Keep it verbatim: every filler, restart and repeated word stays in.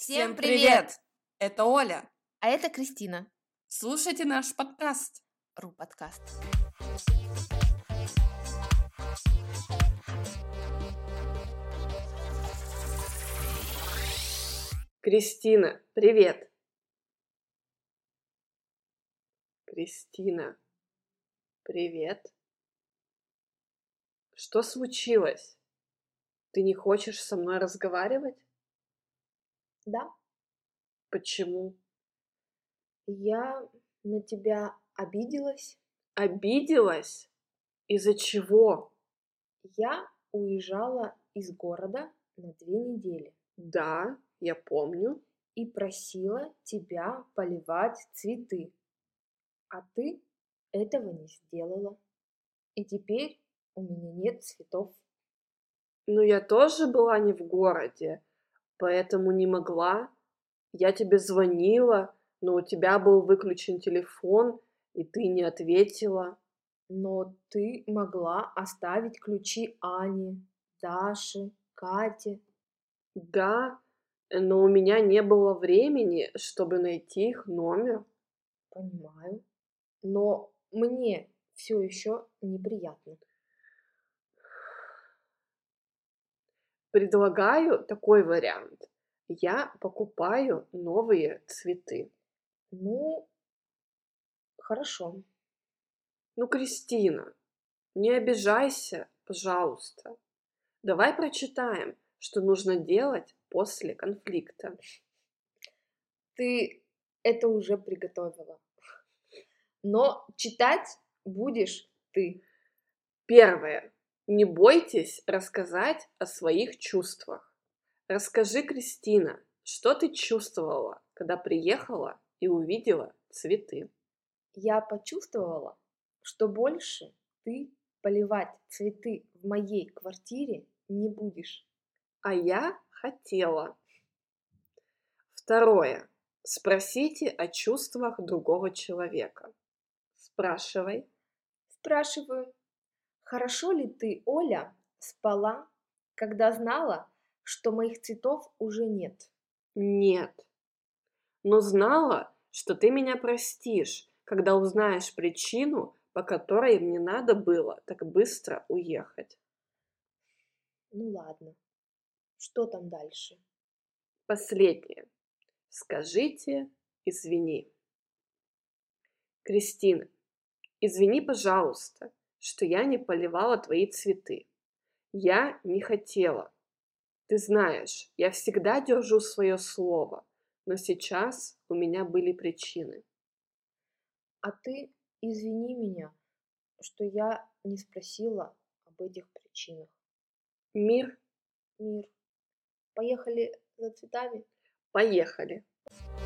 Всем привет! Это Оля. А это Кристина. Слушайте наш подкаст. Ру подкаст. Кристина, привет! Кристина, привет! Что случилось? Ты не хочешь со мной разговаривать? Да, Почему? я на тебя обиделась. Обиделась? Из-за чего? Я уезжала из города на две недели Да, я помню. и просила тебя поливать цветы. А ты этого не сделала. И теперь у меня нет цветов. Но я тоже была не в городе, поэтому не могла. Я тебе звонила, но у тебя был выключен телефон, и ты не ответила. Но ты могла оставить ключи Ане, Даше, Кате. Да, но у меня не было времени, чтобы найти их номер. Понимаю. Но мне все еще неприятно. Предлагаю такой вариант. Я покупаю новые цветы. Ну, хорошо. Ну, Кристина, не обижайся, пожалуйста. Давай прочитаем, что нужно делать после конфликта. Ты это уже приготовила. Но читать будешь ты. Первое. Не бойтесь рассказать о своих чувствах. Расскажи, Кристина, что ты чувствовала, когда приехала и увидела цветы? Я почувствовала, что больше ты поливать цветы в моей квартире не будешь. А я хотела. Второе. Спросите о чувствах другого человека. Спрашивай. Спрашиваю, хорошо ли ты, Оля, спала, когда знала, что моих цветов уже нет? Нет. Но знала, что ты меня простишь, когда узнаешь причину, по которой мне надо было так быстро уехать. Ну ладно. Что там дальше? Последнее. Скажите «извини». Кристина, извини, пожалуйста, что я не поливала твои цветы. Я не хотела. Ты знаешь, я всегда держу свое слово, но сейчас у меня были причины. А ты извини меня, что я не спросила об этих причинах. Мир, Мир. Поехали за цветами? поехали!